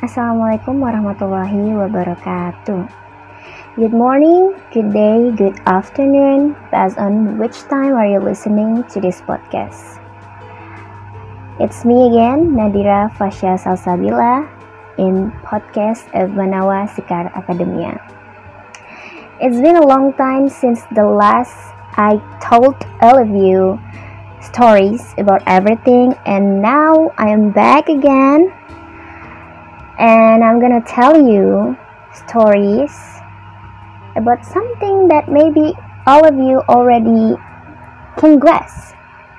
Assalamualaikum warahmatullahi wabarakatuh. Good morning, good day, good afternoon, based on which time are you listening to this podcast. It's me again, Nadira Fasya Salsabila, in podcast of Manawa Sekar Academia. It's been a long time since the last I told all of you stories about everything, and now I am back again. And I'm gonna tell you stories about something that maybe all of you already can grasp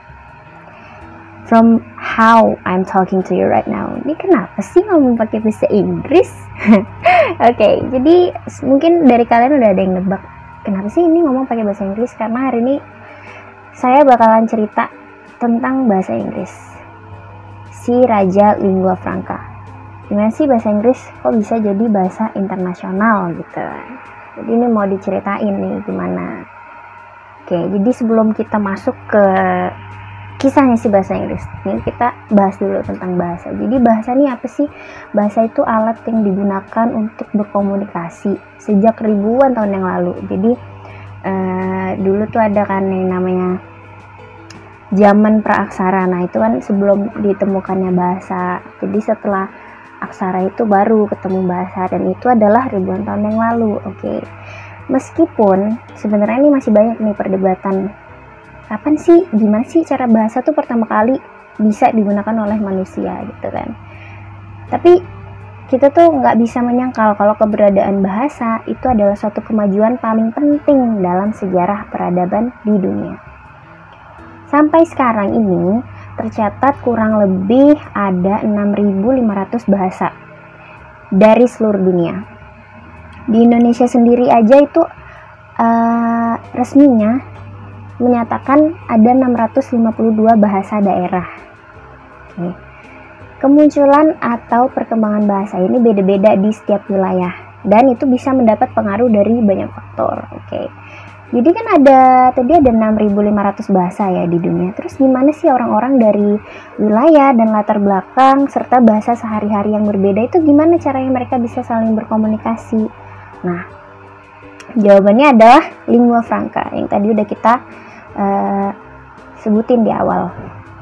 from how I'm talking to you right now. Ini kenapa sih ngomong pakai bahasa Inggris? Oke, jadi mungkin dari kalian udah ada yang nebak kenapa sih ini ngomong pakai bahasa Inggris, karena hari ini saya bakalan cerita tentang bahasa Inggris, si Raja Lingua Franca. Gimana sih bahasa Inggris kok bisa jadi bahasa internasional gitu. Jadi ini mau diceritain nih gimana. Oke, jadi sebelum kita masuk ke kisahnya si bahasa Inggris, ini kita bahas dulu tentang bahasa. Jadi bahasa ini apa sih? Bahasa itu alat yang digunakan untuk berkomunikasi sejak ribuan tahun yang lalu. Jadi dulu tuh ada kan yang namanya zaman praaksara. Nah itu kan sebelum ditemukannya bahasa. Jadi setelah aksara itu baru ketemu bahasa, dan itu adalah ribuan tahun yang lalu. Oke. Meskipun sebenarnya ini masih banyak nih perdebatan. Kapan sih, gimana sih cara bahasa tuh pertama kali bisa digunakan oleh manusia gitu kan. Tapi kita tuh nggak bisa menyangkal kalau keberadaan bahasa itu adalah suatu kemajuan paling penting dalam sejarah peradaban di dunia. Sampai sekarang ini tercatat kurang lebih ada 6.500 bahasa dari seluruh dunia. Di Indonesia sendiri aja itu resminya menyatakan ada 652 bahasa daerah. Oke. Kemunculan atau perkembangan bahasa ini beda-beda di setiap wilayah, dan itu bisa mendapat pengaruh dari banyak faktor. Oke. Jadi kan tadi ada 6.500 bahasa ya di dunia. Terus gimana sih orang-orang dari wilayah dan latar belakang serta bahasa sehari-hari yang berbeda itu gimana caranya mereka bisa saling berkomunikasi? Nah, jawabannya adalah lingua franca yang tadi udah kita sebutin di awal.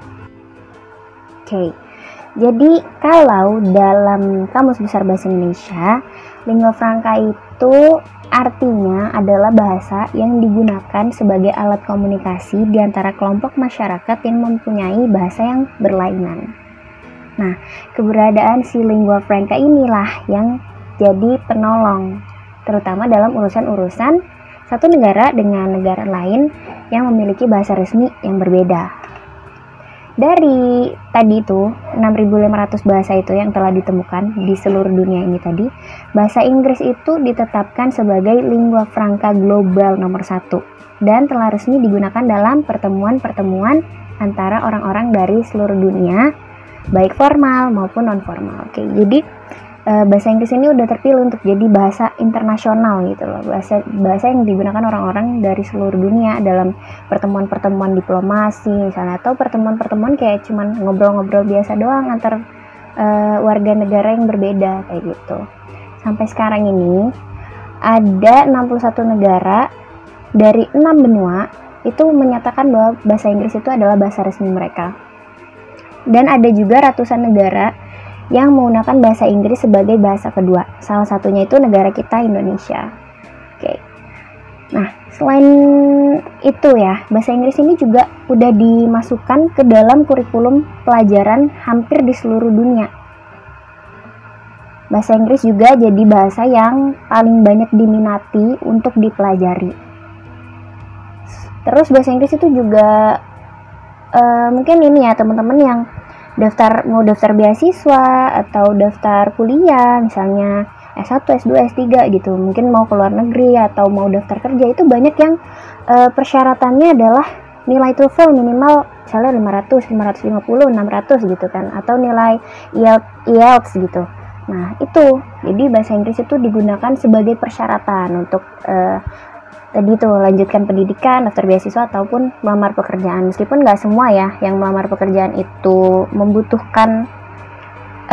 Oke. Jadi kalau dalam Kamus Besar Bahasa Indonesia, lingua franca itu artinya adalah bahasa yang digunakan sebagai alat komunikasi di antara kelompok masyarakat yang mempunyai bahasa yang berlainan. Nah, keberadaan si lingua franca inilah yang jadi penolong, terutama dalam urusan-urusan satu negara dengan negara lain yang memiliki bahasa resmi yang berbeda. Dari tadi itu 6.500 bahasa itu yang telah ditemukan di seluruh dunia ini tadi, bahasa Inggris itu ditetapkan sebagai lingua franca global nomor 1 dan telah resmi digunakan dalam pertemuan-pertemuan antara orang-orang dari seluruh dunia, baik formal maupun non formal. Oke, jadi bahasa Inggris ini udah terpilih untuk jadi bahasa internasional gitu loh, bahasa yang digunakan orang-orang dari seluruh dunia dalam pertemuan-pertemuan diplomasi misalnya, atau pertemuan-pertemuan kayak cuman ngobrol-ngobrol biasa doang antar warga negara yang berbeda kayak gitu. Sampai sekarang ini ada 61 negara dari 6 benua itu menyatakan bahwa bahasa Inggris itu adalah bahasa resmi mereka, dan ada juga ratusan negara yang menggunakan bahasa Inggris sebagai bahasa kedua. Salah satunya itu negara kita, Indonesia. Oke. Nah, selain itu ya, bahasa Inggris ini juga udah dimasukkan ke dalam kurikulum pelajaran hampir di seluruh dunia. Bahasa Inggris juga jadi bahasa yang paling banyak diminati untuk dipelajari. Terus bahasa Inggris itu juga mungkin ini ya teman-teman yang mau daftar beasiswa atau daftar kuliah misalnya S1, S2, S3 gitu, mungkin mau ke luar negeri atau mau daftar kerja, itu banyak yang persyaratannya adalah nilai TOEFL minimal misalnya 500, 550, 600 gitu kan, atau nilai IELTS gitu. Nah itu, jadi bahasa Inggris itu digunakan sebagai persyaratan untuk tadi tuh lanjutkan pendidikan, daftar beasiswa ataupun melamar pekerjaan. Meskipun nggak semua ya yang melamar pekerjaan itu membutuhkan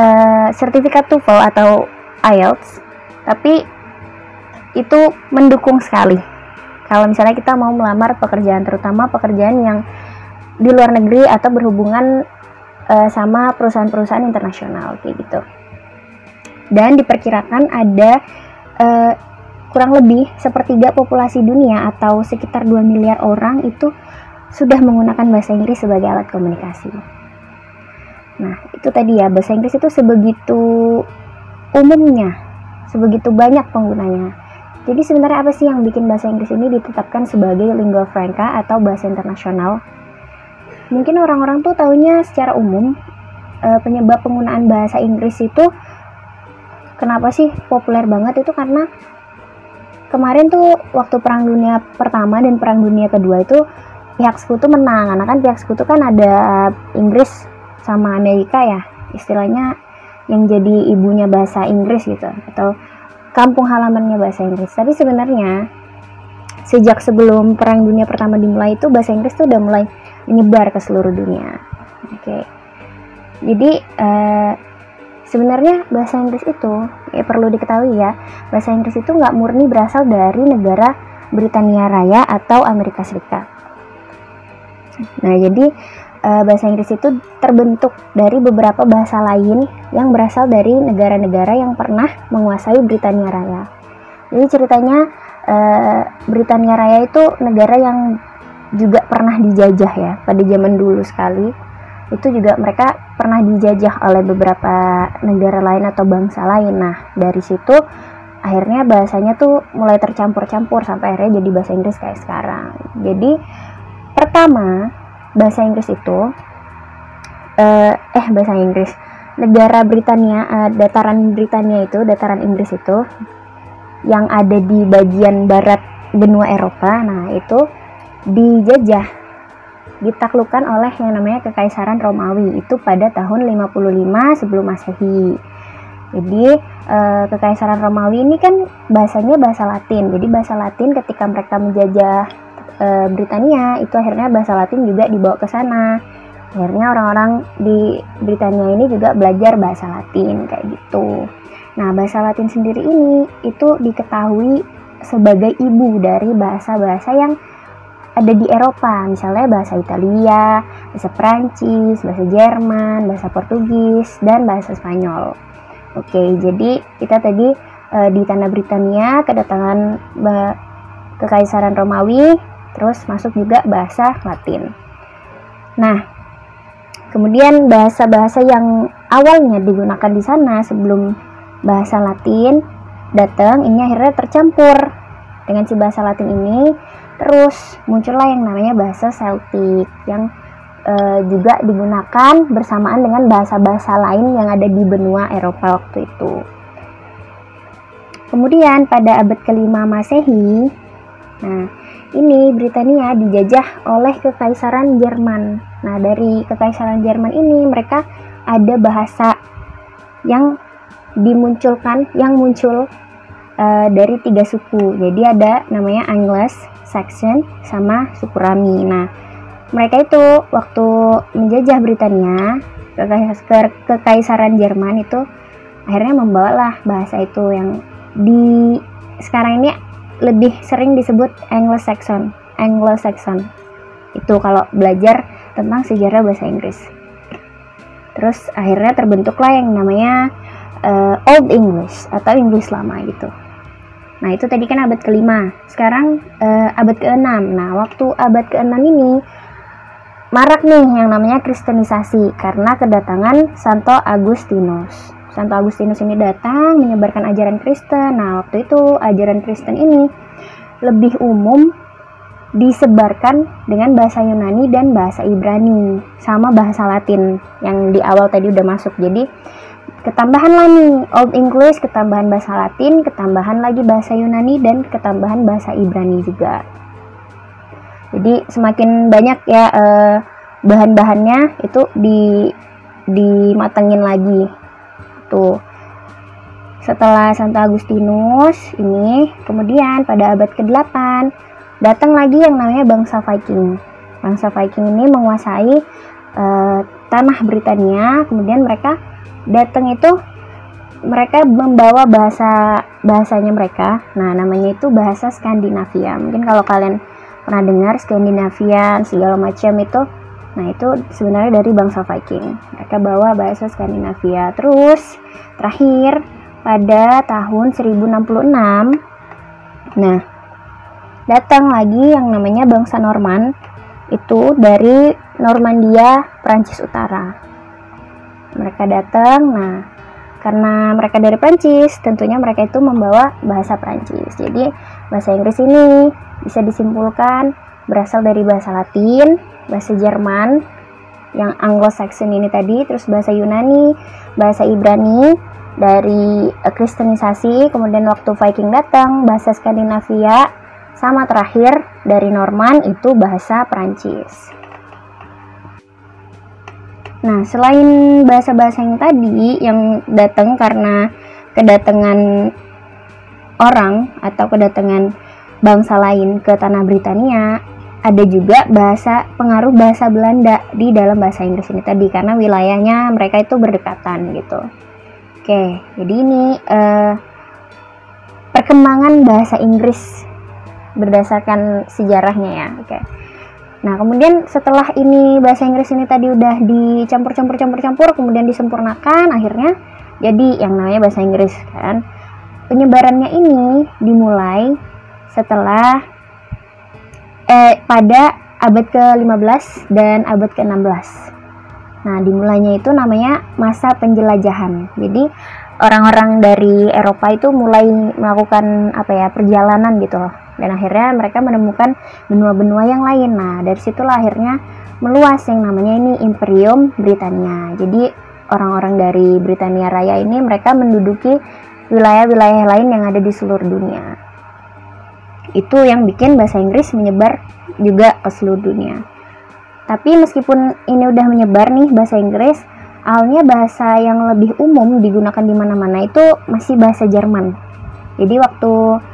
sertifikat TOEFL atau IELTS, tapi itu mendukung sekali kalau misalnya kita mau melamar pekerjaan, terutama pekerjaan yang di luar negeri atau berhubungan sama perusahaan-perusahaan internasional kayak gitu. Dan diperkirakan ada kurang lebih sepertiga populasi dunia atau sekitar 2 miliar orang itu sudah menggunakan bahasa Inggris sebagai alat komunikasi. Nah, itu tadi ya, bahasa Inggris itu sebegitu umumnya, sebegitu banyak penggunanya. Jadi sebenarnya apa sih yang bikin bahasa Inggris ini ditetapkan sebagai lingua franca atau bahasa internasional? Mungkin orang-orang tuh taunya secara umum penyebab penggunaan bahasa Inggris itu kenapa sih populer banget itu karena kemarin tuh waktu Perang Dunia Pertama dan Perang Dunia Kedua itu pihak sekutu menang, karena kan pihak sekutu kan ada Inggris sama Amerika ya, istilahnya yang jadi ibunya bahasa Inggris gitu, atau kampung halamannya bahasa Inggris. Tapi sebenarnya sejak sebelum Perang Dunia Pertama dimulai itu bahasa Inggris tuh udah mulai menyebar ke seluruh dunia. Oke. Jadi sebenarnya bahasa Inggris itu perlu diketahui ya, bahasa Inggris itu nggak murni berasal dari negara Britania Raya atau Amerika Serikat. Nah, jadi bahasa Inggris itu terbentuk dari beberapa bahasa lain yang berasal dari negara-negara yang pernah menguasai Britania Raya. Jadi ceritanya Britania Raya itu negara yang juga pernah dijajah ya pada zaman dulu sekali. Itu juga mereka pernah dijajah oleh beberapa negara lain atau bangsa lain. Nah, dari situ akhirnya bahasanya tuh mulai tercampur-campur sampai akhirnya jadi bahasa Inggris kayak sekarang. Jadi pertama bahasa Inggris itu bahasa Inggris negara Britania, dataran Britania itu, dataran Inggris itu yang ada di bagian barat benua Eropa. Nah, itu dijajah, ditaklukkan oleh yang namanya Kekaisaran Romawi itu pada tahun 55 sebelum Masehi. Jadi Kekaisaran Romawi ini kan bahasanya bahasa Latin. Jadi bahasa Latin ketika mereka menjajah Britania itu akhirnya bahasa Latin juga dibawa ke sana. Akhirnya orang-orang di Britania ini juga belajar bahasa Latin kayak gitu. Nah, bahasa Latin sendiri ini itu diketahui sebagai ibu dari bahasa-bahasa yang ada di Eropa, misalnya bahasa Italia, bahasa Prancis, bahasa Jerman, bahasa Portugis, dan bahasa Spanyol. Oke, jadi kita tadi di tanah Britania kedatangan Kekaisaran Romawi, terus masuk juga bahasa Latin. Nah, kemudian bahasa-bahasa yang awalnya digunakan di sana sebelum bahasa Latin datang, ini akhirnya tercampur dengan si bahasa Latin ini. Terus muncullah yang namanya bahasa Celtic yang juga digunakan bersamaan dengan bahasa-bahasa lain yang ada di benua Eropa waktu itu. Kemudian pada abad ke-5 Masehi, nah ini Britania dijajah oleh Kekaisaran Jerman. Nah, dari Kekaisaran Jerman ini mereka ada bahasa yang dimunculkan, yang muncul dari 3 suku. Jadi ada namanya Anglo-Saxon sama suku Rami. Nah, mereka itu waktu menjajah Britania, Kekaisaran Jerman itu akhirnya membawalah bahasa itu yang di sekarang ini lebih sering disebut Anglo-Saxon. Itu kalau belajar tentang sejarah bahasa Inggris. Terus akhirnya terbentuklah yang namanya Old English atau Inggris lama gitu. Nah, itu tadi kan abad ke-5. Sekarang abad ke-6. Nah, waktu abad ke-6 ini marak nih yang namanya kristenisasi karena kedatangan Santo Agustinus. Santo Agustinus ini datang menyebarkan ajaran Kristen. Nah, waktu itu ajaran Kristen ini lebih umum disebarkan dengan bahasa Yunani dan bahasa Ibrani sama bahasa Latin yang di awal tadi udah masuk. Jadi ketambahan lah nih Old English, ketambahan bahasa Latin, ketambahan lagi bahasa Yunani, dan ketambahan bahasa Ibrani juga. Jadi semakin banyak ya bahan-bahannya itu dimatengin lagi. Tuh. Setelah Santo Agustinus ini, kemudian pada abad ke-8 datang lagi yang namanya bangsa Viking. Bangsa Viking ini menguasai tanah Britania, kemudian mereka datang itu mereka membawa bahasanya mereka. Nah, namanya itu bahasa Skandinavia. Mungkin kalau kalian pernah dengar Skandinavian segala macam itu, nah itu sebenarnya dari bangsa Viking. Mereka bawa bahasa Skandinavia. Terus terakhir pada tahun 1066, nah datang lagi yang namanya bangsa Norman, itu dari Normandia, Prancis Utara. Mereka datang, nah karena mereka dari Prancis, tentunya mereka itu membawa bahasa Prancis. Jadi bahasa Inggris ini bisa disimpulkan berasal dari bahasa Latin, bahasa Jerman yang Anglo-Saxon ini tadi, terus bahasa Yunani, bahasa Ibrani dari Kristenisasi, kemudian waktu Viking datang bahasa Skandinavia, sama terakhir dari Norman itu bahasa Prancis. Nah, selain bahasa-bahasa yang tadi yang datang karena kedatangan orang atau kedatangan bangsa lain ke tanah Britania, ada juga pengaruh bahasa Belanda di dalam bahasa Inggris ini tadi, karena wilayahnya mereka itu berdekatan gitu. Oke, jadi ini perkembangan bahasa Inggris berdasarkan sejarahnya ya. Oke. Nah, kemudian setelah ini bahasa Inggris ini tadi udah dicampur-campur, kemudian disempurnakan, akhirnya jadi yang namanya bahasa Inggris kan. Penyebarannya ini dimulai setelah pada abad ke-15 dan abad ke-16. Nah, dimulainya itu namanya masa penjelajahan. Jadi orang-orang dari Eropa itu mulai melakukan perjalanan gitu loh. Dan akhirnya mereka menemukan benua-benua yang lain. Nah, dari situlah akhirnya meluas yang namanya ini Imperium Britania. Jadi orang-orang dari Britania Raya ini mereka menduduki wilayah-wilayah lain yang ada di seluruh dunia. Itu yang bikin bahasa Inggris menyebar juga ke seluruh dunia. Tapi meskipun ini udah menyebar nih bahasa Inggris, awalnya bahasa yang lebih umum digunakan di mana-mana itu masih bahasa Jerman. Jadi waktu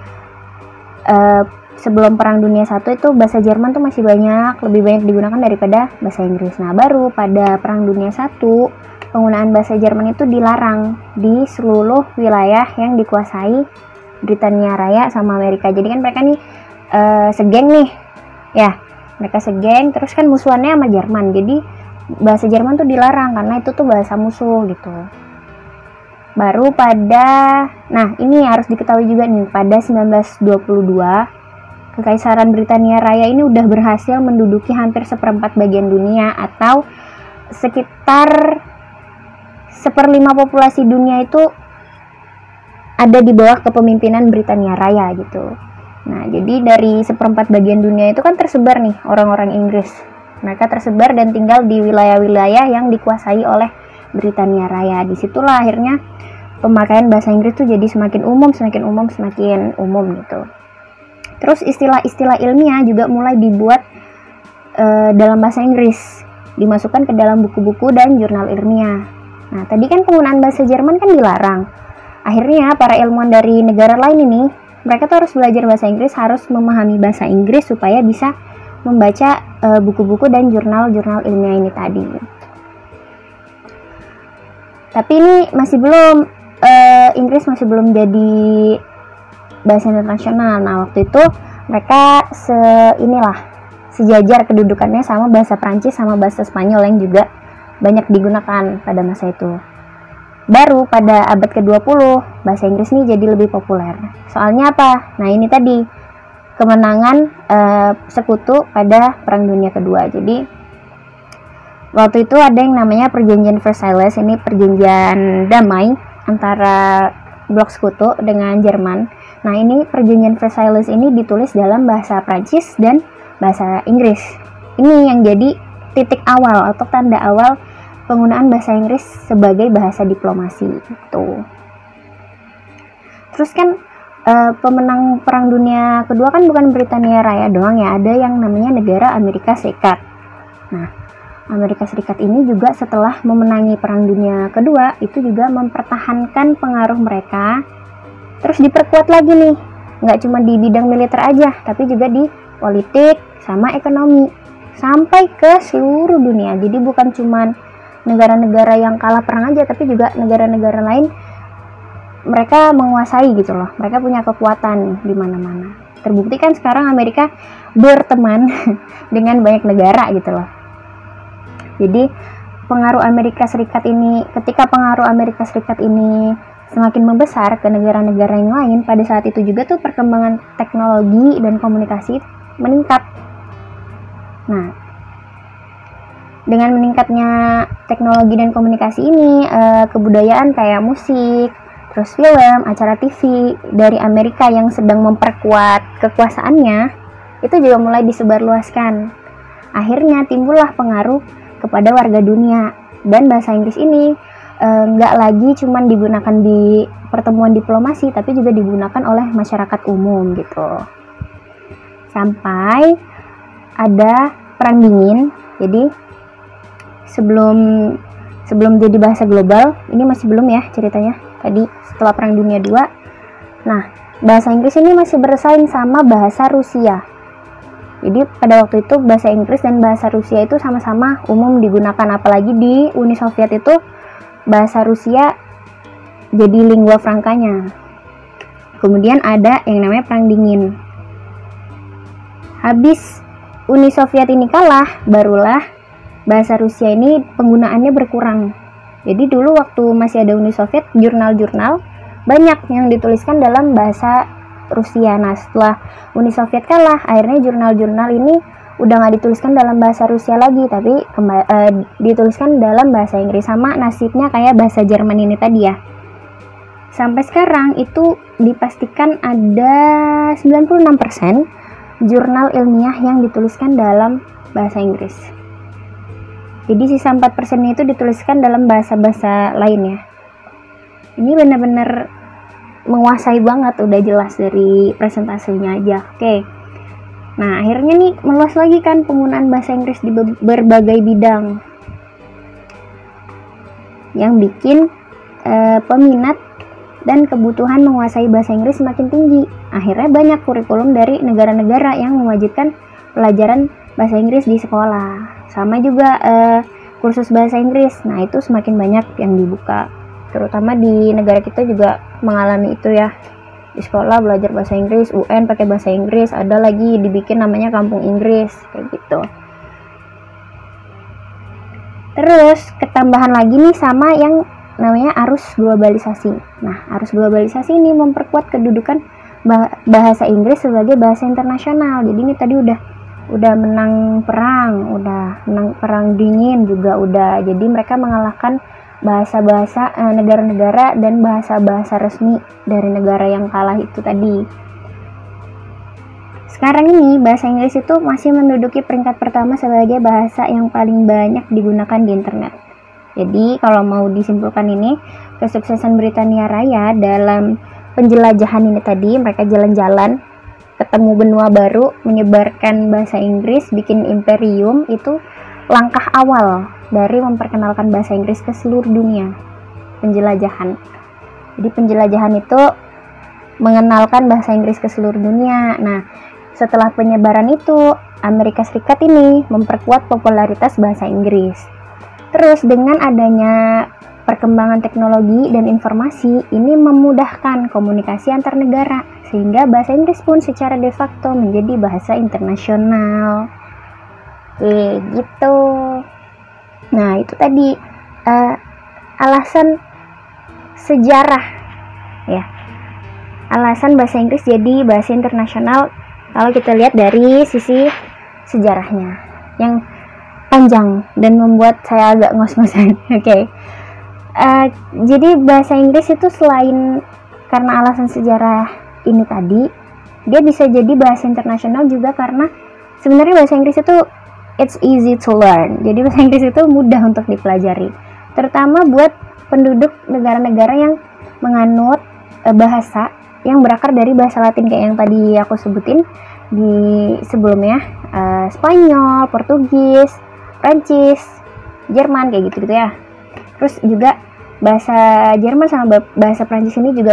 sebelum Perang Dunia I itu bahasa Jerman tuh masih lebih banyak digunakan daripada bahasa Inggris. Nah, baru pada Perang Dunia I penggunaan bahasa Jerman itu dilarang di seluruh wilayah yang dikuasai Britania Raya sama Amerika. Jadi kan mereka nih segeng nih, ya mereka segeng, terus kan musuhannya sama Jerman. Jadi bahasa Jerman tuh dilarang karena itu tuh bahasa musuh gitu. Baru nah ini harus diketahui juga nih, pada 1922 Kekaisaran Britania Raya ini udah berhasil menduduki hampir seperempat bagian dunia, atau sekitar 1/5 populasi dunia itu ada di bawah kepemimpinan Britania Raya gitu. Nah, jadi dari 1/4 bagian dunia itu kan tersebar nih orang-orang Inggris. Mereka tersebar dan tinggal di wilayah-wilayah yang dikuasai oleh Britania Raya. Disitulah akhirnya pemakaian bahasa Inggris tuh jadi semakin umum gitu. Terus istilah-istilah ilmiah juga mulai dibuat dalam bahasa Inggris, dimasukkan ke dalam buku-buku dan jurnal ilmiah. Nah, tadi kan penggunaan bahasa Jerman kan dilarang. Akhirnya para ilmuwan dari negara lain ini, mereka tuh harus belajar bahasa Inggris, harus memahami bahasa Inggris supaya bisa membaca buku-buku dan jurnal-jurnal ilmiah ini tadi. Tapi ini Inggris masih belum jadi bahasa internasional. Nah, waktu itu mereka sejajar kedudukannya sama bahasa Prancis sama bahasa Spanyol yang juga banyak digunakan pada masa itu. Baru pada abad ke-20 bahasa Inggris ini jadi lebih populer. Soalnya apa? Nah, ini tadi kemenangan sekutu pada Perang Dunia Kedua. Jadi waktu itu ada yang namanya Perjanjian Versailles, ini perjanjian damai antara blok sekutu dengan Jerman. Nah, ini Perjanjian Versailles ini ditulis dalam bahasa Prancis dan bahasa Inggris. Ini yang jadi titik awal atau tanda awal penggunaan bahasa Inggris sebagai bahasa diplomasi itu. Terus kan pemenang Perang Dunia Kedua kan bukan Britania Raya doang ya, ada yang namanya negara Amerika Serikat. Nah, Amerika Serikat ini juga setelah memenangi Perang Dunia Kedua itu juga mempertahankan pengaruh mereka, terus diperkuat lagi nih, nggak cuma di bidang militer aja, tapi juga di politik sama ekonomi, sampai ke seluruh dunia. Jadi bukan cuma negara-negara yang kalah perang aja, tapi juga negara-negara lain mereka menguasai gitu loh, mereka punya kekuatan di mana-mana. Terbukti kan sekarang Amerika berteman dengan banyak negara gitu loh. Jadi pengaruh Amerika Serikat ini, ketika pengaruh Amerika Serikat ini semakin membesar ke negara-negara yang lain, pada saat itu juga tuh perkembangan teknologi dan komunikasi meningkat. Nah, dengan meningkatnya teknologi dan komunikasi ini, kebudayaan kayak musik, terus film, acara TV dari Amerika yang sedang memperkuat kekuasaannya, itu juga mulai disebarluaskan. Akhirnya timbullah pengaruh kepada warga dunia, dan bahasa Inggris ini nggak lagi cuman digunakan di pertemuan diplomasi, tapi juga digunakan oleh masyarakat umum gitu. Sampai ada Perang Dingin. Jadi sebelum jadi bahasa global, ini masih belum ya ceritanya. Tadi setelah Perang Dunia II, nah bahasa Inggris ini masih bersaing sama bahasa Rusia. Jadi pada waktu itu bahasa Inggris dan bahasa Rusia itu sama-sama umum digunakan, apalagi di Uni Soviet itu bahasa Rusia jadi lingua frankanya. Kemudian ada yang namanya Perang Dingin. Habis Uni Soviet ini kalah, barulah bahasa Rusia ini penggunaannya berkurang. Jadi dulu waktu masih ada Uni Soviet, jurnal-jurnal banyak yang dituliskan dalam bahasa Rusia. Nah setelah Uni Soviet kalah, akhirnya jurnal-jurnal ini udah nggak dituliskan dalam bahasa Rusia lagi, tapi dituliskan dalam bahasa Inggris. Sama nasibnya kayak bahasa Jerman ini tadi ya. Sampai sekarang itu dipastikan ada 96% jurnal ilmiah yang dituliskan dalam bahasa Inggris. Jadi sisa 4% itu dituliskan dalam bahasa-bahasa lain ya. Ini benar-benar menguasai banget, udah jelas dari presentasenya aja. Oke. Nah, akhirnya nih meluas lagi kan penggunaan bahasa Inggris di berbagai bidang. Yang bikin peminat dan kebutuhan menguasai bahasa Inggris semakin tinggi. Akhirnya banyak kurikulum dari negara-negara yang mewajibkan pelajaran bahasa Inggris di sekolah. Sama juga kursus bahasa Inggris. Nah, itu semakin banyak yang dibuka. Terutama di negara kita juga mengalami itu ya. Di sekolah belajar bahasa Inggris, UN pakai bahasa Inggris, ada lagi dibikin namanya kampung Inggris, kayak gitu. Terus ketambahan lagi nih sama yang namanya arus globalisasi. Nah, arus globalisasi ini memperkuat kedudukan bahasa Inggris sebagai bahasa internasional. Jadi ini tadi udah menang perang dingin juga udah. Jadi mereka mengalahkan bahasa-bahasa negara-negara dan bahasa-bahasa resmi dari negara yang kalah itu tadi. Sekarang ini bahasa Inggris itu masih menduduki peringkat pertama sebagai bahasa yang paling banyak digunakan di internet. Jadi kalau mau disimpulkan ini, kesuksesan Britania Raya dalam penjelajahan ini tadi, mereka jalan-jalan ketemu benua baru, menyebarkan bahasa Inggris, bikin imperium, itu langkah awal dari memperkenalkan bahasa Inggris ke seluruh dunia. Penjelajahan. Jadi penjelajahan itu mengenalkan bahasa Inggris ke seluruh dunia. Nah, setelah penyebaran itu, Amerika Serikat ini memperkuat popularitas bahasa Inggris. Terus dengan adanya perkembangan teknologi dan informasi, ini memudahkan komunikasi antar negara, sehingga bahasa Inggris pun secara de facto menjadi bahasa internasional. Gitu. Nah, itu tadi alasan sejarah ya. Alasan bahasa Inggris jadi bahasa internasional kalau kita lihat dari sisi sejarahnya yang panjang dan membuat saya agak ngos-ngosan. Oke. Jadi bahasa Inggris itu selain karena alasan sejarah ini tadi, dia bisa jadi bahasa internasional juga karena sebenarnya bahasa Inggris itu it's easy to learn. Jadi bahasa Inggris itu mudah untuk dipelajari, terutama buat penduduk negara-negara yang menganut bahasa yang berakar dari bahasa Latin kayak yang tadi aku sebutin di sebelumnya, Spanyol, Portugis, Prancis, Jerman kayak gitu-gitu ya. Terus juga bahasa Jerman sama bahasa Prancis ini juga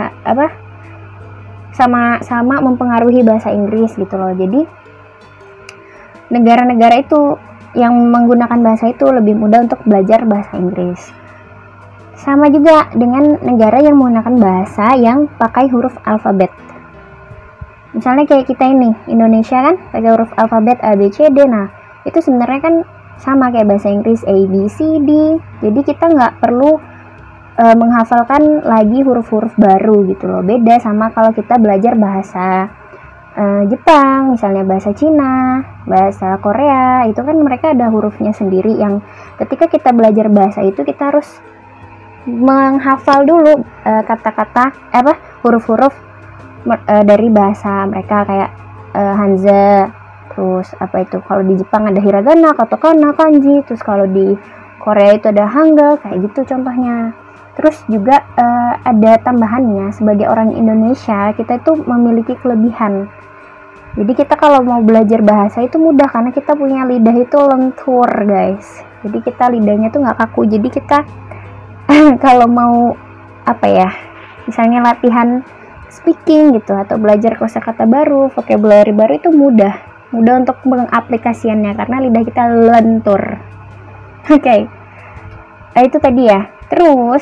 sama mempengaruhi bahasa Inggris gitu loh. Jadi negara-negara itu yang menggunakan bahasa itu lebih mudah untuk belajar bahasa Inggris. Sama juga dengan negara yang menggunakan bahasa yang pakai huruf alfabet. Misalnya kayak kita ini, Indonesia kan pakai huruf alfabet A, B, C, D. Nah, itu sebenarnya kan sama kayak bahasa Inggris A, B, C, D. Jadi kita nggak perlu menghafalkan lagi huruf-huruf baru gitu loh. Beda sama kalau kita belajar bahasa Jepang, misalnya bahasa Cina, bahasa Korea, itu kan mereka ada hurufnya sendiri yang ketika kita belajar bahasa itu kita harus menghafal dulu kata-kata huruf-huruf dari bahasa mereka kayak Hanza, terus apa itu kalau di Jepang ada hiragana, katakana, kanji, terus kalau di Korea itu ada hangul, kayak gitu contohnya. Terus juga ada tambahannya, sebagai orang Indonesia kita itu memiliki kelebihan. Jadi kita kalau mau belajar bahasa itu mudah karena kita punya lidah itu lentur guys. Jadi kita lidahnya tuh nggak kaku. Jadi kita kalau mau misalnya latihan speaking gitu atau belajar kosakata baru, vocabulary baru itu mudah untuk mengaplikasikannya karena lidah kita lentur. Oke. Itu tadi ya. Terus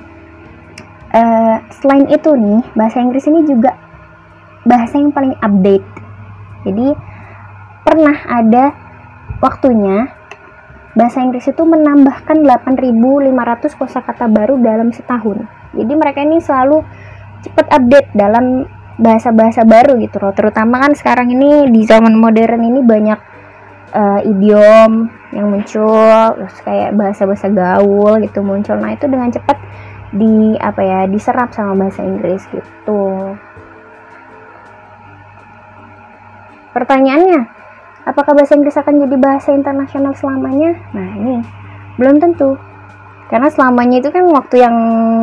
selain itu nih, bahasa Inggris ini juga bahasa yang paling update. Jadi pernah ada waktunya bahasa Inggris itu menambahkan 8.500 kosakata baru dalam setahun. Jadi mereka ini selalu cepat update dalam bahasa-bahasa baru gitu loh. Terutama kan sekarang ini di zaman modern ini banyak idiom yang muncul, terus kayak bahasa-bahasa gaul gitu muncul. Nah, itu dengan cepat diserap sama bahasa Inggris gitu. Pertanyaannya, apakah bahasa Inggris akan jadi bahasa internasional selamanya? Nah, ini belum tentu. Karena selamanya itu kan waktu yang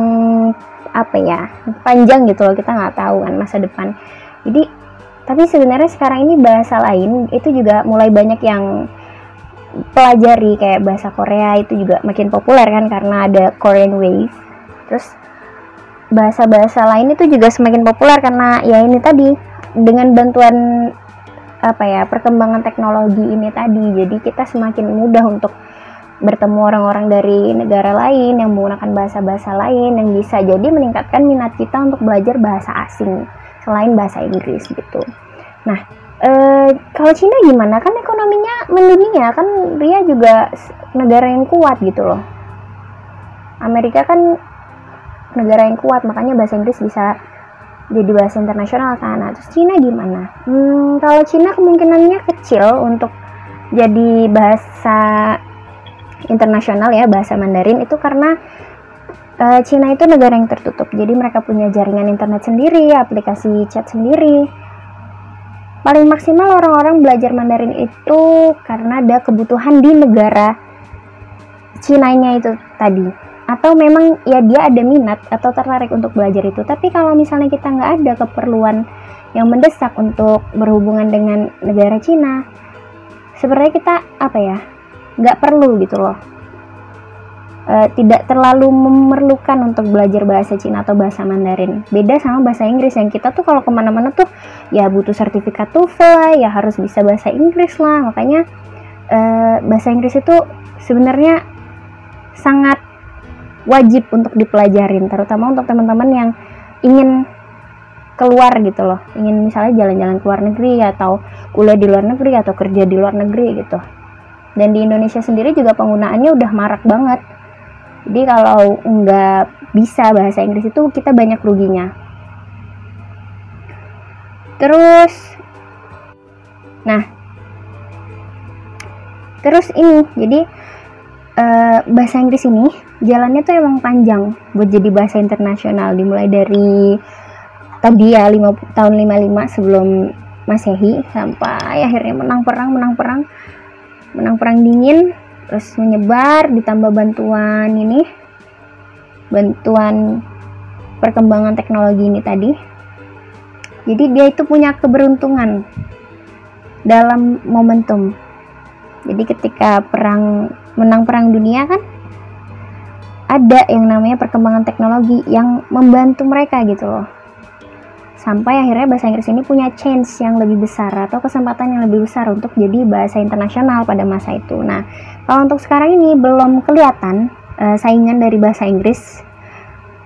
panjang gitu loh, kita nggak tahu kan masa depan. Jadi tapi sebenarnya sekarang ini bahasa lain itu juga mulai banyak yang pelajari, kayak bahasa Korea itu juga makin populer kan karena ada Korean Wave. Terus bahasa-bahasa lain itu juga semakin populer karena ya ini tadi, dengan bantuan perkembangan teknologi ini tadi. Jadi kita semakin mudah untuk bertemu orang-orang dari negara lain yang menggunakan bahasa-bahasa lain yang bisa jadi meningkatkan minat kita untuk belajar bahasa asing selain bahasa Inggris gitu. Nah, kalau Cina gimana? Kan ekonominya mendunia, kan dia juga negara yang kuat gitu loh. Amerika kan negara yang kuat, makanya bahasa Inggris bisa jadi bahasa internasional kan. Nah, terus Cina gimana? Kalau Cina kemungkinannya kecil untuk jadi bahasa internasional ya, bahasa Mandarin itu karena Cina itu negara yang tertutup. Jadi mereka punya jaringan internet sendiri, aplikasi chat sendiri. Paling maksimal orang-orang belajar Mandarin itu karena ada kebutuhan di negara Cinanya itu tadi. Atau memang ya dia ada minat atau tertarik untuk belajar itu. Tapi kalau misalnya kita nggak ada keperluan yang mendesak untuk berhubungan dengan negara Cina, sebenarnya kita nggak perlu gitu loh. Tidak terlalu memerlukan untuk belajar bahasa Cina atau bahasa Mandarin. Beda sama bahasa Inggris yang kita tuh kalau kemana-mana tuh ya butuh sertifikat TOEFL lah, ya harus bisa bahasa Inggris lah. Makanya bahasa Inggris itu sebenarnya sangat wajib untuk dipelajarin, terutama untuk teman-teman yang ingin keluar gitu loh, ingin misalnya jalan-jalan ke luar negeri atau kuliah di luar negeri atau kerja di luar negeri gitu. Dan di Indonesia sendiri juga penggunaannya udah marak banget. Jadi kalau nggak bisa bahasa Inggris itu kita banyak ruginya. Terus ini, jadi bahasa Inggris ini jalannya tuh emang panjang buat jadi bahasa internasional, dimulai dari tadi ya tahun 55 sebelum Masehi sampai akhirnya menang perang dingin, terus menyebar, ditambah bantuan perkembangan teknologi ini tadi. Jadi dia itu punya keberuntungan dalam momentum. Jadi ketika menang perang dunia kan ada yang namanya perkembangan teknologi yang membantu mereka gitu loh. Sampai akhirnya bahasa Inggris ini punya chance yang lebih besar atau kesempatan yang lebih besar untuk jadi bahasa internasional pada masa itu. Nah, kalau untuk sekarang ini belum kelihatan saingan dari bahasa Inggris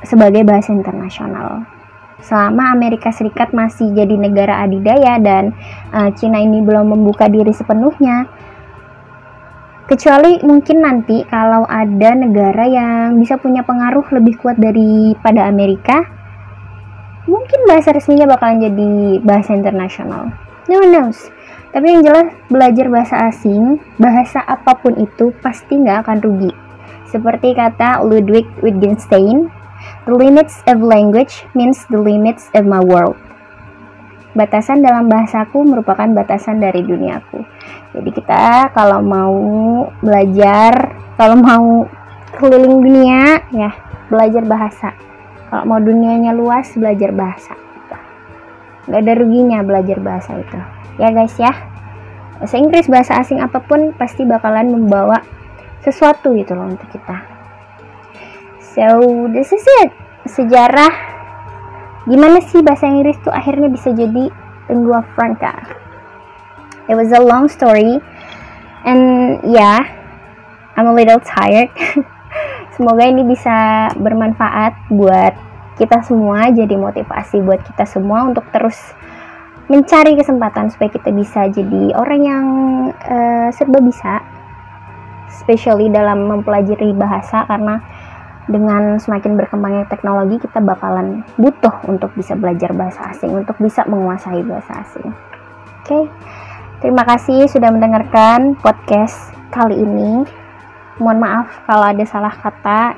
sebagai bahasa internasional. Selama Amerika Serikat masih jadi negara adidaya dan Cina ini belum membuka diri sepenuhnya, kecuali mungkin nanti kalau ada negara yang bisa punya pengaruh lebih kuat daripada Amerika, mungkin bahasa resminya bakalan jadi bahasa internasional. No one knows. Tapi yang jelas, belajar bahasa asing, bahasa apapun itu pasti nggak akan rugi. Seperti kata Ludwig Wittgenstein, "The limits of language means the limits of my world." Batasan dalam bahasaku merupakan batasan dari duniaku. Jadi kita kalau mau belajar, kalau mau keliling dunia, ya belajar bahasa. Kalau mau dunianya luas, belajar bahasa. Gak ada ruginya belajar bahasa itu. Ya guys ya. Bahasa Inggris, bahasa asing apapun pasti bakalan membawa sesuatu gitu loh untuk kita. So, this is it. Sejarah gimana sih bahasa Inggris tuh akhirnya bisa jadi lingua franca. It was a long story. And yeah, I'm a little tired. Semoga ini bisa bermanfaat buat kita semua, jadi motivasi buat kita semua untuk terus mencari kesempatan supaya kita bisa jadi orang yang serba bisa, especially dalam mempelajari bahasa, karena dengan semakin berkembangnya teknologi kita bakalan butuh untuk bisa belajar bahasa asing, untuk bisa menguasai bahasa asing. Oke, terima kasih sudah mendengarkan podcast kali ini. Mohon maaf kalau ada salah kata.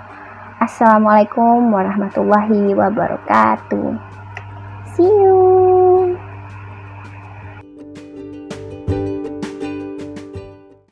Assalamualaikum warahmatullahi wabarakatuh. See you.